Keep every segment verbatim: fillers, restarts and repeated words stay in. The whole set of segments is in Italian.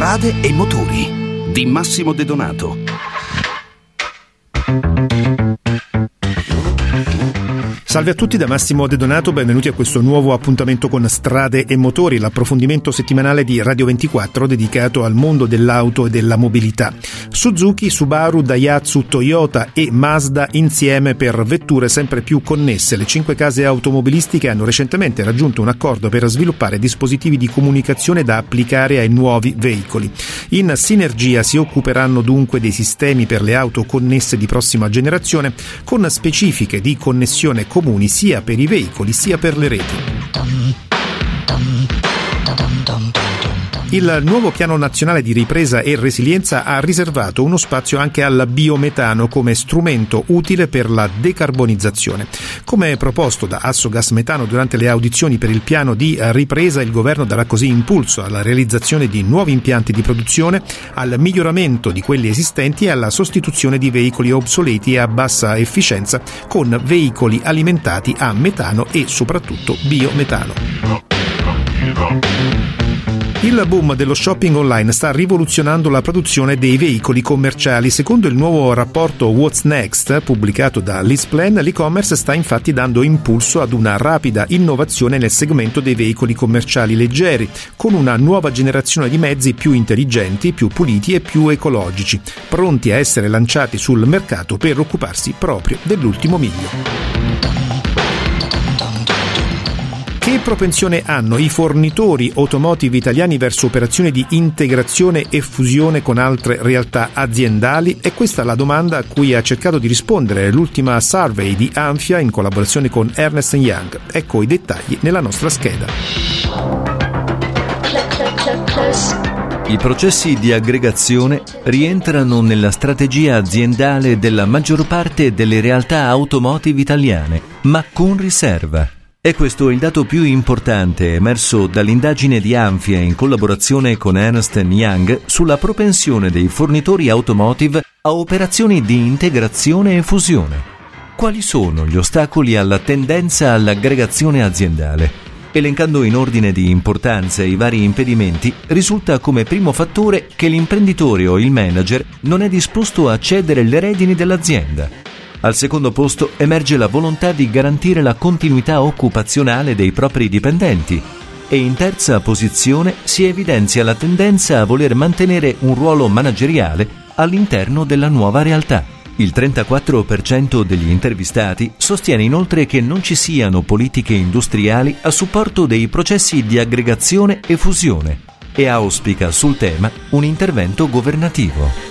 Strade e motori di Massimo De Donato. Salve a tutti da Massimo De Donato, benvenuti a questo nuovo appuntamento con Strade e Motori, l'approfondimento settimanale di Radio ventiquattro dedicato al mondo dell'auto e della mobilità. Suzuki, Subaru, Daihatsu, Toyota e Mazda insieme per vetture sempre più connesse. Le cinque case automobilistiche hanno recentemente raggiunto un accordo per sviluppare dispositivi di comunicazione da applicare ai nuovi veicoli. In sinergia si occuperanno dunque dei sistemi per le auto connesse di prossima generazione con specifiche di connessione comuni sia per i veicoli sia per le reti. Il nuovo piano nazionale di ripresa e resilienza ha riservato uno spazio anche al biometano come strumento utile per la decarbonizzazione. Come proposto da Assogas Metano durante le audizioni per il piano di ripresa, il governo darà così impulso alla realizzazione di nuovi impianti di produzione, al miglioramento di quelli esistenti e alla sostituzione di veicoli obsoleti e a bassa efficienza con veicoli alimentati a metano e soprattutto biometano. Il boom dello shopping online sta rivoluzionando la produzione dei veicoli commerciali. Secondo il nuovo rapporto What's Next, pubblicato da LeasePlan, l'e-commerce sta infatti dando impulso ad una rapida innovazione nel segmento dei veicoli commerciali leggeri, con una nuova generazione di mezzi più intelligenti, più puliti e più ecologici, pronti a essere lanciati sul mercato per occuparsi proprio dell'ultimo miglio. Che propensione hanno i fornitori automotive italiani verso operazioni di integrazione e fusione con altre realtà aziendali? È questa la domanda a cui ha cercato di rispondere l'ultima survey di Anfia in collaborazione con Ernst and Young. Ecco i dettagli nella nostra scheda. I processi di aggregazione rientrano nella strategia aziendale della maggior parte delle realtà automotive italiane, ma con riserva. È questo il dato più importante emerso dall'indagine di Anfia in collaborazione con Ernst and Young sulla propensione dei fornitori automotive a operazioni di integrazione e fusione. Quali sono gli ostacoli alla tendenza all'aggregazione aziendale? Elencando in ordine di importanza i vari impedimenti, risulta come primo fattore che l'imprenditore o il manager non è disposto a cedere le redini dell'azienda. Al secondo posto emerge la volontà di garantire la continuità occupazionale dei propri dipendenti e in terza posizione si evidenzia la tendenza a voler mantenere un ruolo manageriale all'interno della nuova realtà. Il trentaquattro per cento degli intervistati sostiene inoltre che non ci siano politiche industriali a supporto dei processi di aggregazione e fusione e auspica sul tema un intervento governativo.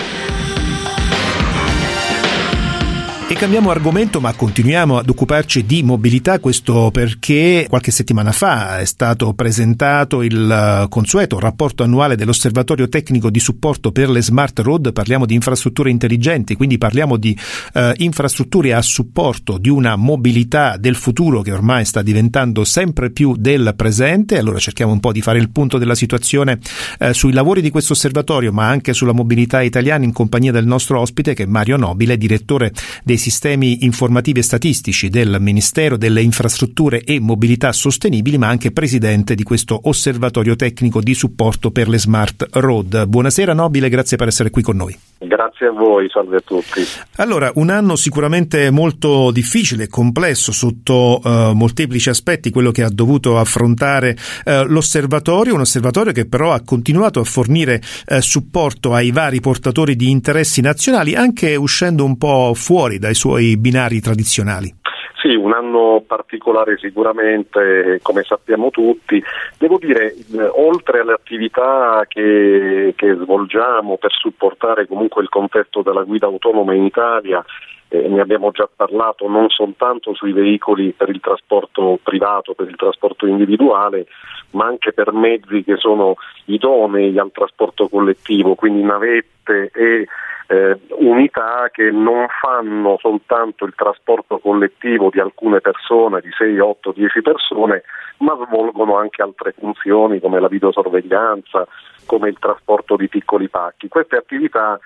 E cambiamo argomento, ma continuiamo ad occuparci di mobilità, questo perché qualche settimana fa è stato presentato il consueto rapporto annuale dell'Osservatorio Tecnico di Supporto per le Smart Road. Parliamo di infrastrutture intelligenti, quindi parliamo di eh, infrastrutture a supporto di una mobilità del futuro che ormai sta diventando sempre più del presente. Allora cerchiamo un po' di fare il punto della situazione eh, sui lavori di questo osservatorio, ma anche sulla mobilità italiana, in compagnia del nostro ospite che è Mario Nobile, direttore dei sistemi informativi e statistici del Ministero delle Infrastrutture e Mobilità Sostenibili, ma anche presidente di questo osservatorio tecnico di supporto per le Smart Road. Buonasera Nobile, grazie per essere qui con noi. Grazie a voi, salve a tutti. Allora, un anno sicuramente molto difficile e complesso sotto uh, molteplici aspetti, quello che ha dovuto affrontare uh, l'osservatorio, un osservatorio che però ha continuato a fornire uh, supporto ai vari portatori di interessi nazionali, anche uscendo un po' fuori dai suoi binari tradizionali. Sì, un anno particolare sicuramente, come sappiamo tutti. Devo dire, oltre alle attività che, che svolgiamo per supportare comunque il contesto della guida autonoma in Italia, eh, ne abbiamo già parlato, non soltanto sui veicoli per il trasporto privato, per il trasporto individuale, ma anche per mezzi che sono idonei al trasporto collettivo, quindi navette e Eh, unità che non fanno soltanto il trasporto collettivo di alcune persone, di sei, otto, dieci persone, ma svolgono anche altre funzioni come la videosorveglianza, come il trasporto di piccoli pacchi. Queste attività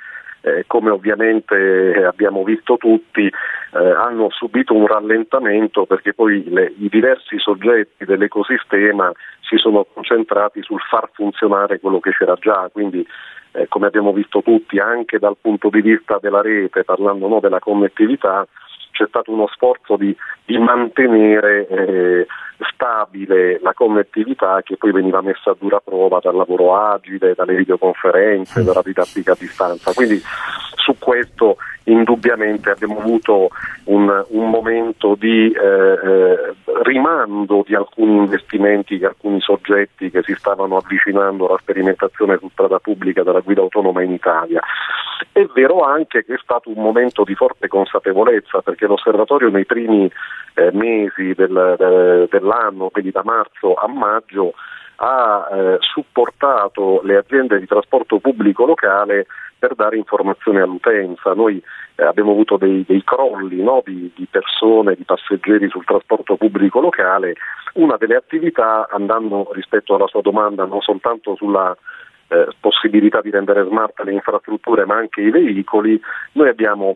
eh, come ovviamente abbiamo visto tutti, eh, hanno subito un rallentamento perché poi le, i diversi soggetti dell'ecosistema si sono concentrati sul far funzionare quello che c'era già, quindi eh, come abbiamo visto tutti anche dal punto di vista della rete, parlando no, della connettività, c'è stato uno sforzo di, di mantenere eh, stabile la connettività che poi veniva messa a dura prova dal lavoro agile, dalle videoconferenze, dalla didattica a distanza. Quindi su questo indubbiamente abbiamo avuto un, un momento di eh, eh, rimando di alcuni investimenti, di alcuni soggetti che si stavano avvicinando alla sperimentazione su strada pubblica della guida autonoma in Italia. È vero anche che è stato un momento di forte consapevolezza, perché l'osservatorio nei primi eh, mesi del, de, dell'anno, quindi da marzo a maggio, ha eh, supportato le aziende di trasporto pubblico locale per dare informazioni all'utenza. Noi eh, abbiamo avuto dei, dei crolli no, di, di persone, di passeggeri sul trasporto pubblico locale. Una delle attività, andando rispetto alla sua domanda non soltanto sulla eh, possibilità di rendere smart le infrastrutture ma anche i veicoli, noi abbiamo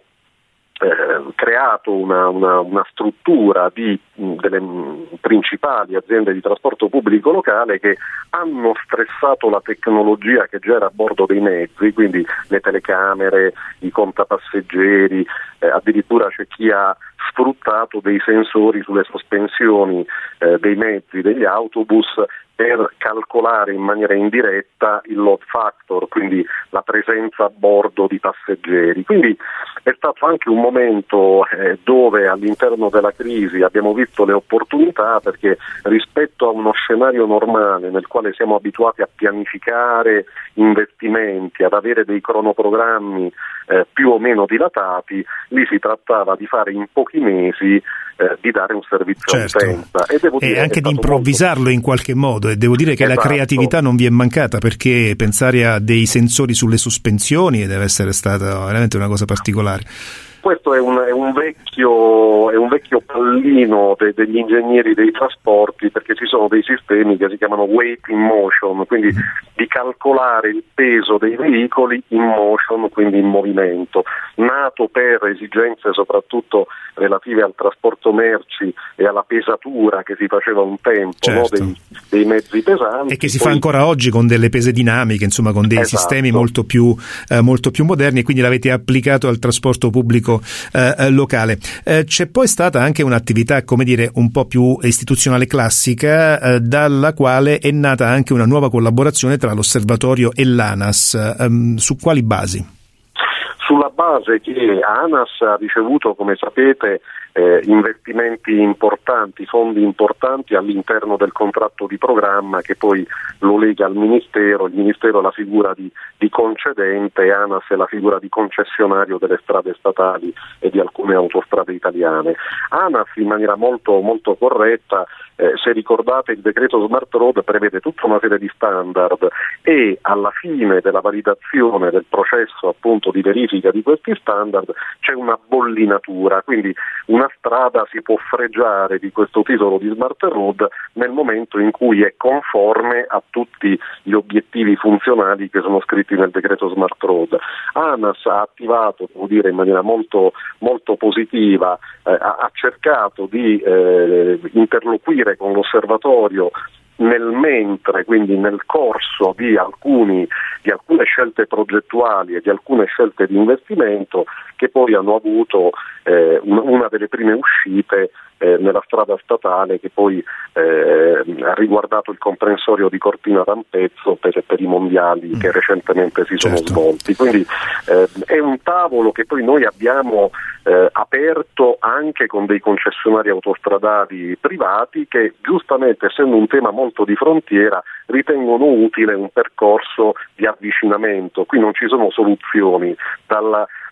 Eh, creato una, una, una struttura di mh, delle mh, principali aziende di trasporto pubblico locale che hanno stressato la tecnologia che già era a bordo dei mezzi, quindi le telecamere, i contapasseggeri, eh, addirittura c'è chi ha sfruttato dei sensori sulle sospensioni eh, dei mezzi, degli autobus, per calcolare in maniera indiretta il load factor, quindi la presenza a bordo di passeggeri. Quindi è stato anche un momento eh, dove all'interno della crisi abbiamo visto le opportunità, perché rispetto a uno scenario normale nel quale siamo abituati a pianificare investimenti, ad avere dei cronoprogrammi eh, più o meno dilatati, lì si trattava di fare in pochi mesi eh, di dare un servizio certo. all'utenza. E, devo dire e anche di improvvisarlo molto... in qualche modo. E devo dire che esatto. La creatività non vi è mancata, perché pensare a dei sensori sulle sospensioni deve essere stata veramente una cosa particolare. Questo è un, è un vecchio è un vecchio pallino de, degli ingegneri dei trasporti, perché ci sono dei sistemi che si chiamano weight in motion, quindi di calcolare il peso dei veicoli in motion, quindi in movimento, nato per esigenze soprattutto relative al trasporto merci e alla pesatura che si faceva un tempo, certo. no? dei, dei mezzi pesanti. E che si poi... fa ancora oggi con delle pese dinamiche, insomma con dei esatto. sistemi molto più, eh, molto più moderni, e quindi l'avete applicato al trasporto pubblico eh, locale. Eh, c'è poi stata anche un'attività, come dire, un po' più istituzionale classica, eh, dalla quale è nata anche una nuova collaborazione tra l'Osservatorio e l'ANAS. Eh, su quali basi? Sulla base che ANAS ha ricevuto, come sapete, eh, investimenti importanti, fondi importanti all'interno del contratto di programma che poi lo lega al Ministero. Il Ministero è la figura di, di concedente e ANAS è la figura di concessionario delle strade statali e di alcune autostrade italiane. ANAS in maniera molto, molto corretta, eh, se ricordate, il decreto Smart Road prevede tutta una serie di standard e alla fine della validazione del processo appunto di verifica di questi standard c'è una bollinatura, quindi una strada si può fregiare di questo titolo di Smart Road nel momento in cui è conforme a tutti gli obiettivi funzionali che sono scritti nel decreto Smart Road. ANAS ha attivato, devo dire, in maniera molto, molto positiva, eh, ha, ha cercato di eh, interloquire con l'osservatorio nel mentre, quindi nel corso di alcuni di alcune scelte progettuali e di alcune scelte di investimento che poi hanno avuto eh, una delle prime uscite eh, nella strada statale che poi eh, ha riguardato il comprensorio di Cortina d'Ampezzo per, per i mondiali mm. che recentemente si sono certo. svolti. Quindi eh, è un tavolo che poi noi abbiamo eh, aperto anche con dei concessionari autostradali privati che giustamente, essendo un tema molto di frontiera, ritengono utile un percorso di avvicinamento. Qui non ci sono soluzioni, dalla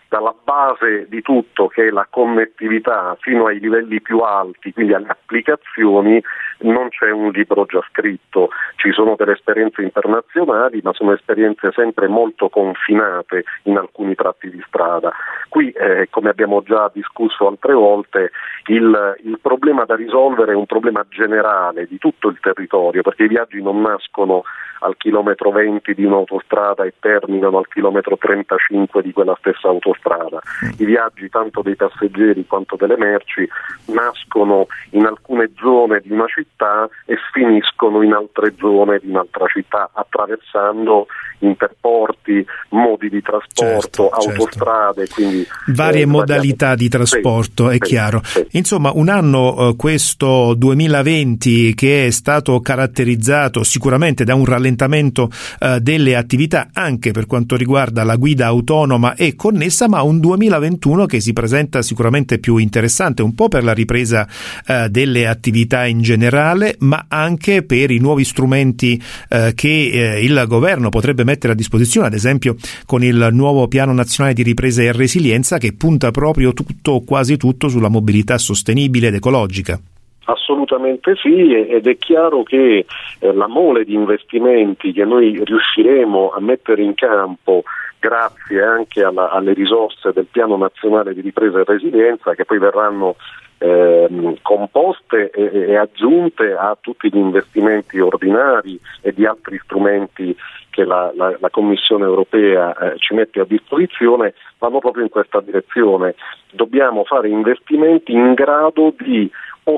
dalla base di tutto, che è la connettività, fino ai livelli più alti, quindi alle applicazioni, non c'è un libro già scritto. Ci sono delle esperienze internazionali, ma sono esperienze sempre molto confinate in alcuni tratti di strada. Qui, eh, come abbiamo già discusso altre volte, il, il problema da risolvere è un problema generale di tutto il territorio, perché i viaggi non nascono al chilometro venti di un'autostrada e terminano al chilometro trentacinque di quella stessa autostrada. I viaggi, tanto dei passeggeri quanto delle merci, nascono in alcune zone di una città e finiscono in altre zone di un'altra città, attraversando interporti, modi di trasporto, certo, autostrade, certo. Quindi varie eh, modalità variamo... di trasporto, sì, è sì, chiaro. Sì. Insomma, un anno eh, questo duemilaventi che è stato caratterizzato sicuramente da un rallentamento eh, delle attività anche per quanto riguarda la guida autonoma e connessa, ma un duemilaventuno che si presenta sicuramente più interessante, un po' per la ripresa eh, delle attività in generale, ma anche per i nuovi strumenti eh, che eh, il governo potrebbe mettere a disposizione, ad esempio con il nuovo piano nazionale di ripresa e resilienza che punta proprio tutto o quasi tutto sulla mobilità sostenibile ed ecologica. Assolutamente sì, ed è chiaro che eh, la mole di investimenti che noi riusciremo a mettere in campo grazie anche alla, alle risorse del piano nazionale di ripresa e resilienza, che poi verranno eh, composte e, e aggiunte a tutti gli investimenti ordinari e di altri strumenti che la, la, la Commissione europea eh, ci mette a disposizione, vanno proprio in questa direzione. Dobbiamo fare investimenti in grado di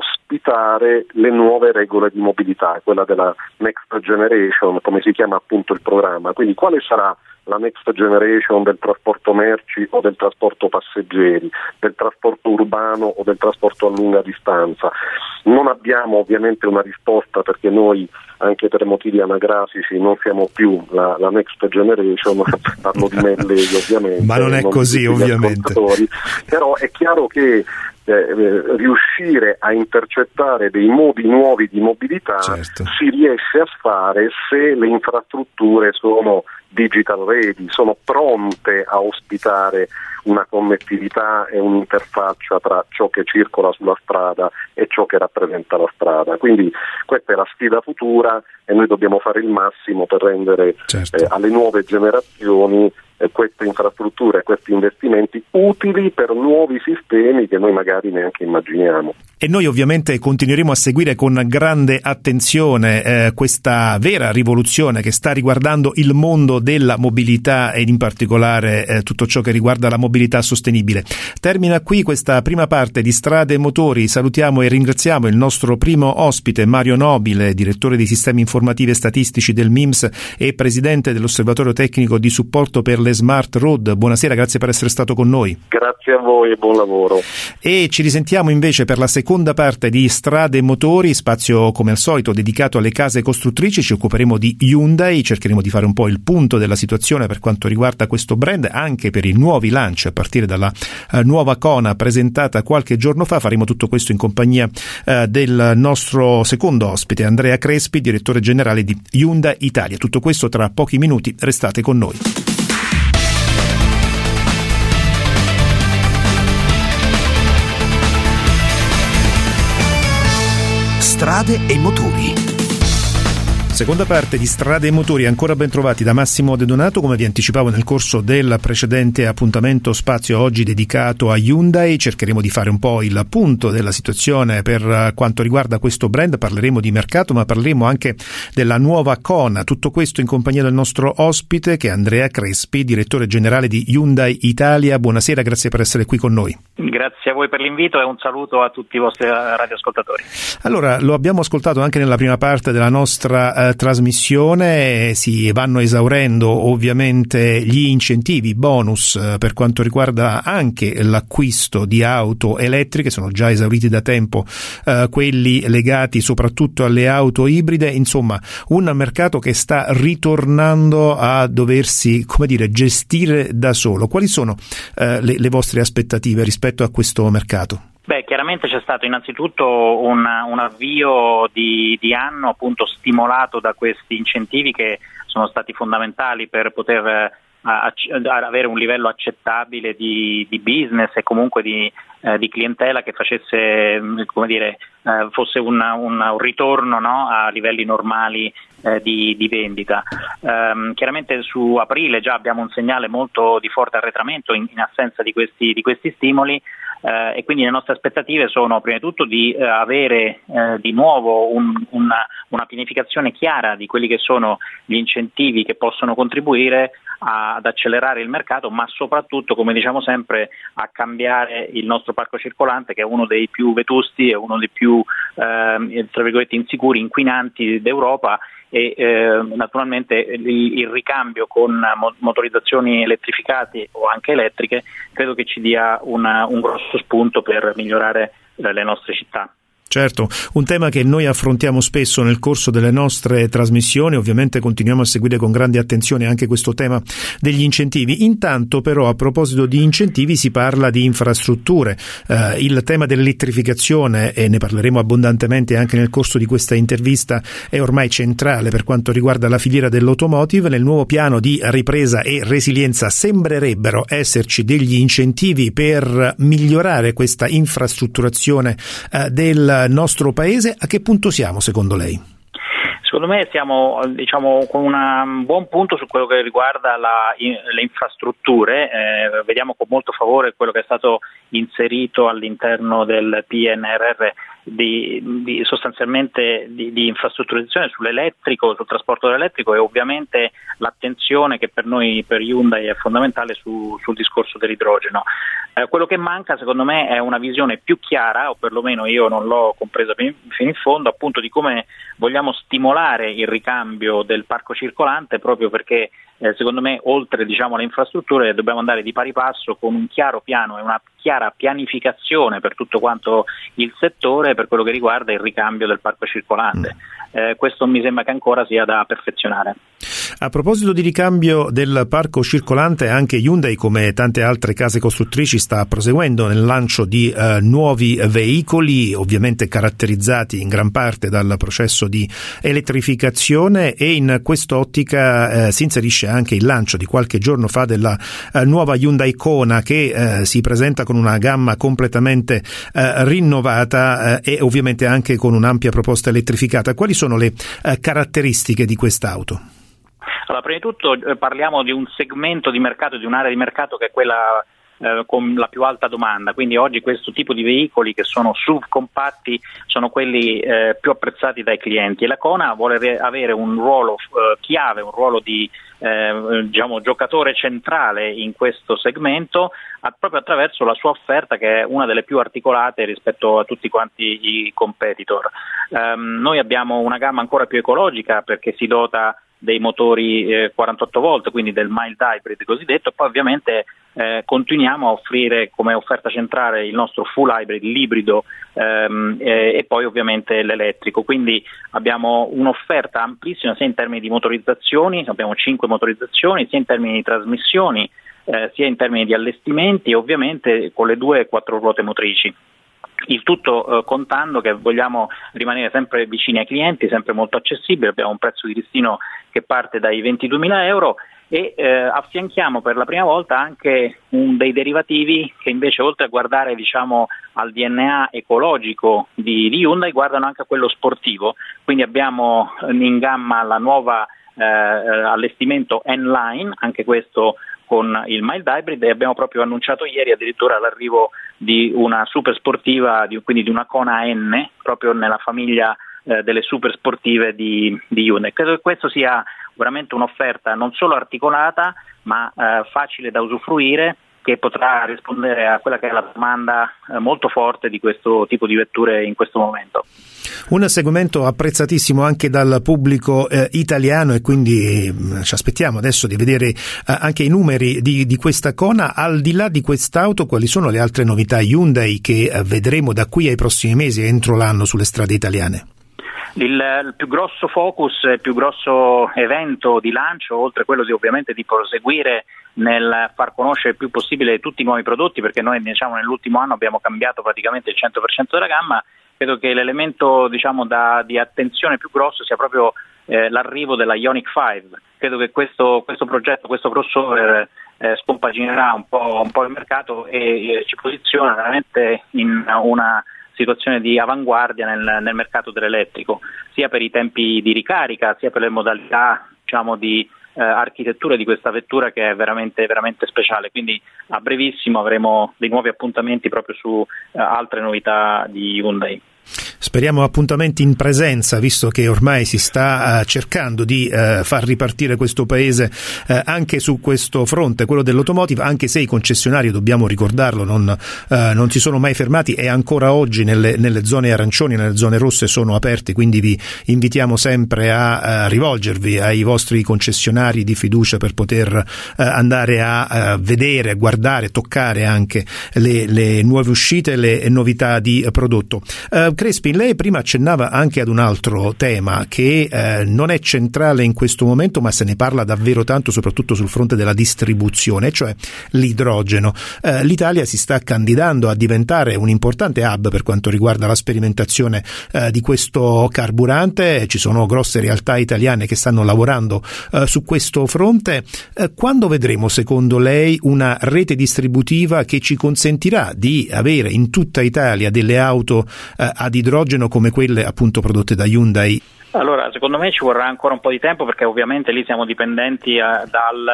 ospitare le nuove regole di mobilità, quella della Next Generation, come si chiama appunto il programma. Quindi quale sarà la Next Generation del trasporto merci o del trasporto passeggeri, del trasporto urbano o del trasporto a lunga distanza? Non abbiamo ovviamente una risposta, perché noi, anche per motivi anagrafici, non siamo più la, la Next Generation, parlo di me e lei ovviamente. Ma non è non così ovviamente. Però è chiaro che eh, riuscire a intercettare dei modi nuovi di mobilità, certo, si riesce a fare se le infrastrutture sono digital ready, sono pronte a ospitare una connettività e un'interfaccia tra ciò che circola sulla strada e ciò che rappresenta la strada. Quindi questa è la sfida futura e noi dobbiamo fare il massimo per rendere certo. eh, alle nuove generazioni eh, queste infrastrutture, questi investimenti utili per nuovi sistemi che noi magari neanche immaginiamo. E noi ovviamente continueremo a seguire con grande attenzione eh, questa vera rivoluzione che sta riguardando il mondo della mobilità ed in particolare eh, tutto ciò che riguarda la mobilità sostenibile. Termina qui questa prima parte di Strade e Motori. Salutiamo e ringraziamo il nostro primo ospite, Mario Nobile, direttore dei sistemi informativi e statistici del M I M S e presidente dell'Osservatorio Tecnico di Supporto per le Smart Road. Buonasera, grazie per essere stato con noi. Grazie a voi e buon lavoro. E ci risentiamo invece per la seconda Seconda parte di Strade e Motori, spazio come al solito dedicato alle case costruttrici. Ci occuperemo di Hyundai, cercheremo di fare un po' il punto della situazione per quanto riguarda questo brand, anche per i nuovi lanci a partire dalla uh, nuova Kona presentata qualche giorno fa. Faremo tutto questo in compagnia uh, del nostro secondo ospite, Andrea Crespi, direttore generale di Hyundai Italia. Tutto questo tra pochi minuti, restate con noi. Strade e Motori. Seconda parte di Strade e Motori, ancora ben trovati da Massimo De Donato. Come vi anticipavo nel corso del precedente appuntamento, spazio oggi dedicato a Hyundai. Cercheremo di fare un po' il punto della situazione per quanto riguarda questo brand. Parleremo di mercato, ma parleremo anche della nuova Kona. Tutto questo in compagnia del nostro ospite, che è Andrea Crespi, direttore generale di Hyundai Italia. Buonasera, grazie per essere qui con noi. Grazie a voi per l'invito e un saluto a tutti i vostri radioascoltatori. Allora, lo abbiamo ascoltato anche nella prima parte della nostra eh, trasmissione, si vanno esaurendo ovviamente gli incentivi, bonus eh, per quanto riguarda anche l'acquisto di auto elettriche, sono già esauriti da tempo eh, quelli legati soprattutto alle auto ibride. Insomma, un mercato che sta ritornando a doversi, come dire, gestire da solo. Quali sono eh, le, le vostre aspettative rispetto a questo mercato? Beh, chiaramente c'è stato innanzitutto un, un avvio di, di anno appunto stimolato da questi incentivi che sono stati fondamentali per poter a, a avere un livello accettabile di, di business e comunque di, eh, di clientela che facesse, come dire, eh, fosse un, un, un ritorno, no, a livelli normali eh, di, di vendita. Um, chiaramente su aprile già abbiamo un segnale molto di forte arretramento in, in assenza di questi, di questi stimoli. Uh, e quindi le nostre aspettative sono prima di tutto di uh, avere uh, di nuovo un, una, una pianificazione chiara di quelli che sono gli incentivi che possono contribuire a, ad accelerare il mercato, ma soprattutto, come diciamo sempre, a cambiare il nostro parco circolante, che è uno dei più vetusti e uno dei più uh, tra virgolette insicuri, inquinanti d'Europa. E eh, naturalmente il, il ricambio con motorizzazioni elettrificate o anche elettriche credo che ci dia una, un grosso spunto per migliorare eh, le nostre città. Certo, un tema che noi affrontiamo spesso nel corso delle nostre trasmissioni, ovviamente continuiamo a seguire con grande attenzione anche questo tema degli incentivi. Intanto però, a proposito di incentivi, si parla di infrastrutture. Eh, il tema dell'elettrificazione, e ne parleremo abbondantemente anche nel corso di questa intervista, è ormai centrale per quanto riguarda la filiera dell'automotive. Nel nuovo piano di ripresa e resilienza sembrerebbero esserci degli incentivi per migliorare questa infrastrutturazione eh, del nostro paese. A che punto siamo secondo lei? Secondo me siamo, diciamo, con una, un buon punto su quello che riguarda la, le infrastrutture. Eh, vediamo con molto favore quello che è stato inserito all'interno del P N R R di, di sostanzialmente di, di infrastrutturazione sull'elettrico, sul trasporto elettrico, e ovviamente l'attenzione che per noi, per Hyundai, è fondamentale su, sul discorso dell'idrogeno. Eh, quello che manca secondo me è una visione più chiara, o perlomeno io non l'ho compresa fino in fondo, appunto di come vogliamo stimolare il ricambio del parco circolante, proprio perché eh, secondo me oltre, diciamo, alle infrastrutture dobbiamo andare di pari passo con un chiaro piano e una chiara pianificazione per tutto quanto il settore per quello che riguarda il ricambio del parco circolante. Eh, questo mi sembra che ancora sia da perfezionare. A proposito di ricambio del parco circolante, anche Hyundai, come tante altre case costruttrici, sta proseguendo nel lancio di eh, nuovi veicoli, ovviamente caratterizzati in gran parte dal processo di elettrificazione, e in quest'ottica eh, si inserisce anche il lancio di qualche giorno fa della eh, nuova Hyundai Kona, che eh, si presenta con una gamma completamente eh, rinnovata eh, e ovviamente anche con un'ampia proposta elettrificata. Quali sono le eh, caratteristiche di quest'auto? Allora, prima di tutto eh, parliamo di un segmento di mercato, di un'area di mercato che è quella eh, con la più alta domanda, quindi oggi questo tipo di veicoli, che sono subcompatti, sono quelli eh, più apprezzati dai clienti, e la Kona vuole re- avere un ruolo eh, chiave, un ruolo di eh, diciamo giocatore centrale in questo segmento, a, proprio attraverso la sua offerta, che è una delle più articolate rispetto a tutti quanti i competitor. Um, noi abbiamo una gamma ancora più ecologica, perché si dota dei motori eh, quarantotto volt, quindi del mild hybrid cosiddetto, e poi ovviamente eh, continuiamo a offrire come offerta centrale il nostro full hybrid, l'ibrido, ehm, eh, e poi ovviamente l'elettrico. Quindi abbiamo un'offerta amplissima sia in termini di motorizzazioni, abbiamo cinque motorizzazioni, sia in termini di trasmissioni, eh, sia in termini di allestimenti, e ovviamente con le due e quattro ruote motrici. Il tutto eh, contando che vogliamo rimanere sempre vicini ai clienti, sempre molto accessibili. Abbiamo un prezzo di listino che parte dai ventiduemila euro, e eh, affianchiamo per la prima volta anche un dei derivativi che invece, oltre a guardare, diciamo, al D N A ecologico di, di Hyundai, guardano anche a quello sportivo. Quindi abbiamo in gamma la nuova eh, allestimento N-Line, anche questo con il mild hybrid, e abbiamo proprio annunciato ieri addirittura l'arrivo di una super sportiva, di, quindi di una Kona N, proprio nella famiglia eh, delle super sportive di, di Hyundai. Credo che questo sia veramente un'offerta non solo articolata, ma eh, facile da usufruire, che potrà rispondere a quella che è la domanda eh, molto forte di questo tipo di vetture in questo momento. Un segmento apprezzatissimo anche dal pubblico eh, italiano, e quindi eh, ci aspettiamo adesso di vedere eh, anche i numeri di, di questa Kona. Al di là di quest'auto, quali sono le altre novità Hyundai che eh, vedremo da qui ai prossimi mesi, entro l'anno, sulle strade italiane? Il, il più grosso focus, il più grosso evento di lancio, oltre quello di ovviamente di proseguire nel far conoscere il più possibile tutti i nuovi prodotti, perché noi, diciamo, nell'ultimo anno abbiamo cambiato praticamente il cento per cento della gamma, credo che l'elemento, diciamo, da, di attenzione più grosso sia proprio eh, l'arrivo della Ioniq cinque. Credo che questo, questo progetto, questo crossover eh, scompaginerà un po', un po' il mercato e eh, ci posiziona veramente in una situazione di avanguardia nel, nel mercato dell'elettrico, sia per i tempi di ricarica, sia per le modalità, diciamo, di eh, architettura di questa vettura, che è veramente, veramente speciale. Quindi a brevissimo avremo dei nuovi appuntamenti proprio su eh, altre novità di Hyundai. Speriamo appuntamenti in presenza, visto che ormai si sta uh, cercando di uh, far ripartire questo paese uh, anche su questo fronte, quello dell'automotive, anche se i concessionari, dobbiamo ricordarlo, non, uh, non si sono mai fermati e ancora oggi nelle, nelle zone arancioni, nelle zone rosse sono aperti, quindi vi invitiamo sempre a uh, rivolgervi ai vostri concessionari di fiducia per poter uh, andare a uh, vedere, guardare, toccare anche le, le nuove uscite, le novità di uh, prodotto. Uh, Crespi, lei prima accennava anche ad un altro tema che eh, non è centrale in questo momento, ma se ne parla davvero tanto, soprattutto sul fronte della distribuzione, cioè l'idrogeno. Eh, L'Italia si sta candidando a diventare un importante hub per quanto riguarda la sperimentazione eh, di questo carburante. Ci sono grosse realtà italiane che stanno lavorando eh, su questo fronte. Eh, quando vedremo, secondo lei, una rete distributiva che ci consentirà di avere in tutta Italia delle auto eh, ad idrogeno come quelle appunto prodotte da Hyundai? Allora, secondo me ci vorrà ancora un po' di tempo, perché ovviamente lì siamo dipendenti eh, dal,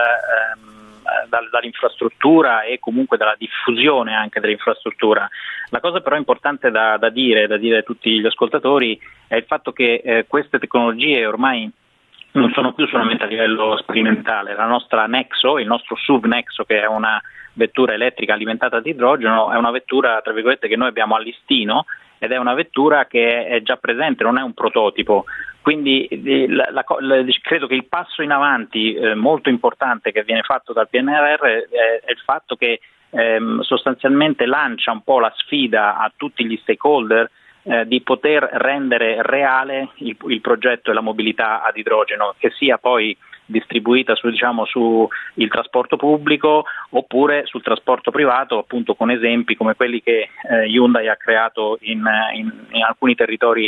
ehm, dal, dall'infrastruttura e comunque dalla diffusione anche dell'infrastruttura. La cosa però importante da, da dire, da dire a tutti gli ascoltatori, è il fatto che eh, queste tecnologie ormai non sono più solamente a livello sperimentale. La nostra Nexo, il nostro S U V Nexo, che è una vettura elettrica alimentata ad idrogeno, è una vettura, tra virgolette, che noi abbiamo a listino, ed è una vettura che è già presente, non è un prototipo. Quindi la, la, la, credo che il passo in avanti eh, molto importante che viene fatto dal P N R R è, è il fatto che ehm, sostanzialmente lancia un po' la sfida a tutti gli stakeholder eh, di poter rendere reale il, il progetto e la mobilità ad idrogeno, che sia poi distribuita su, diciamo, su il trasporto pubblico oppure sul trasporto privato, appunto con esempi come quelli che eh, Hyundai ha creato in, in, in alcuni territori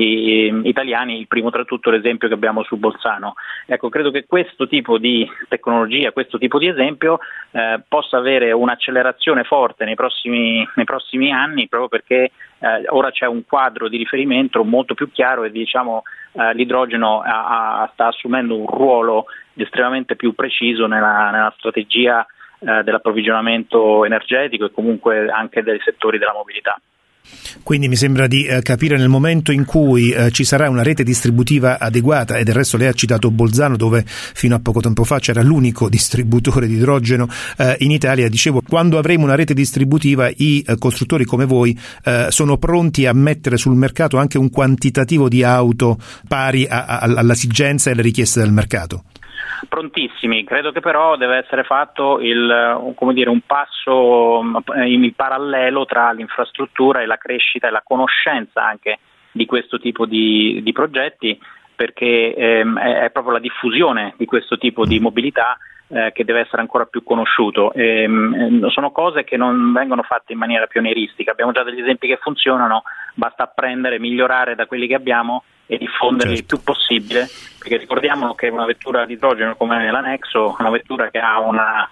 i, italiani, il primo tra tutto l'esempio che abbiamo su Bolzano. Ecco, credo che questo tipo di tecnologia, questo tipo di esempio eh, possa avere un'accelerazione forte nei prossimi, nei prossimi anni, proprio perché eh, ora c'è un quadro di riferimento molto più chiaro e, diciamo, eh, l'idrogeno ha, ha, sta assumendo un ruolo estremamente più preciso nella, nella strategia eh, dell'approvvigionamento energetico e comunque anche dei settori della mobilità. Quindi mi sembra di eh, capire, nel momento in cui eh, ci sarà una rete distributiva adeguata, e del resto lei ha citato Bolzano, dove fino a poco tempo fa c'era l'unico distributore di idrogeno eh, in Italia, dicevo, quando avremo una rete distributiva i eh, costruttori come voi eh, sono pronti a mettere sul mercato anche un quantitativo di auto pari a, a, all'esigenza e alle richieste del mercato. Prontissimi, credo che però deve essere fatto il, come dire, un passo in parallelo tra l'infrastruttura e la crescita e la conoscenza anche di questo tipo di, di progetti, perché ehm, è proprio la diffusione di questo tipo di mobilità eh, che deve essere ancora più conosciuto. Ehm, sono cose che non vengono fatte in maniera pionieristica, abbiamo già degli esempi che funzionano, basta apprendere, migliorare da quelli che abbiamo e diffonderli certo. il più possibile, perché ricordiamo che una vettura di idrogeno come la Nexo è una vettura che ha una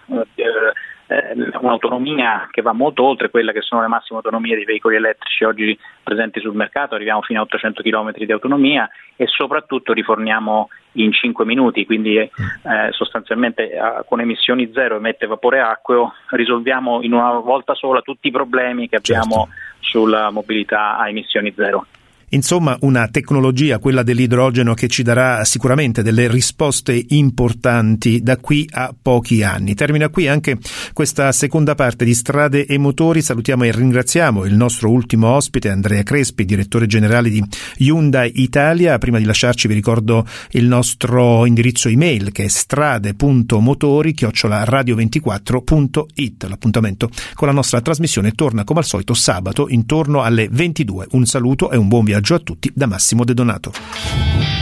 eh, un'autonomia che va molto oltre quella che sono le massime autonomie dei veicoli elettrici oggi presenti sul mercato, arriviamo fino a ottocento chilometri di autonomia e soprattutto riforniamo in cinque minuti, quindi eh, sostanzialmente eh, con emissioni zero, emette vapore acqueo, risolviamo in una volta sola tutti i problemi che abbiamo certo. sulla mobilità a emissioni zero. Insomma, una tecnologia, quella dell'idrogeno, che ci darà sicuramente delle risposte importanti da qui a pochi anni. Termina qui anche questa seconda parte di Strade e Motori. Salutiamo e ringraziamo il nostro ultimo ospite, Andrea Crespi, direttore generale di Hyundai Italia. Prima di lasciarci vi ricordo il nostro indirizzo email, che è strade punto motori chiocciola radio ventiquattro punto it. L'appuntamento con la nostra trasmissione torna come al solito sabato intorno alle ventidue. Un saluto e un buon viaggio a tutti da Massimo De Donato.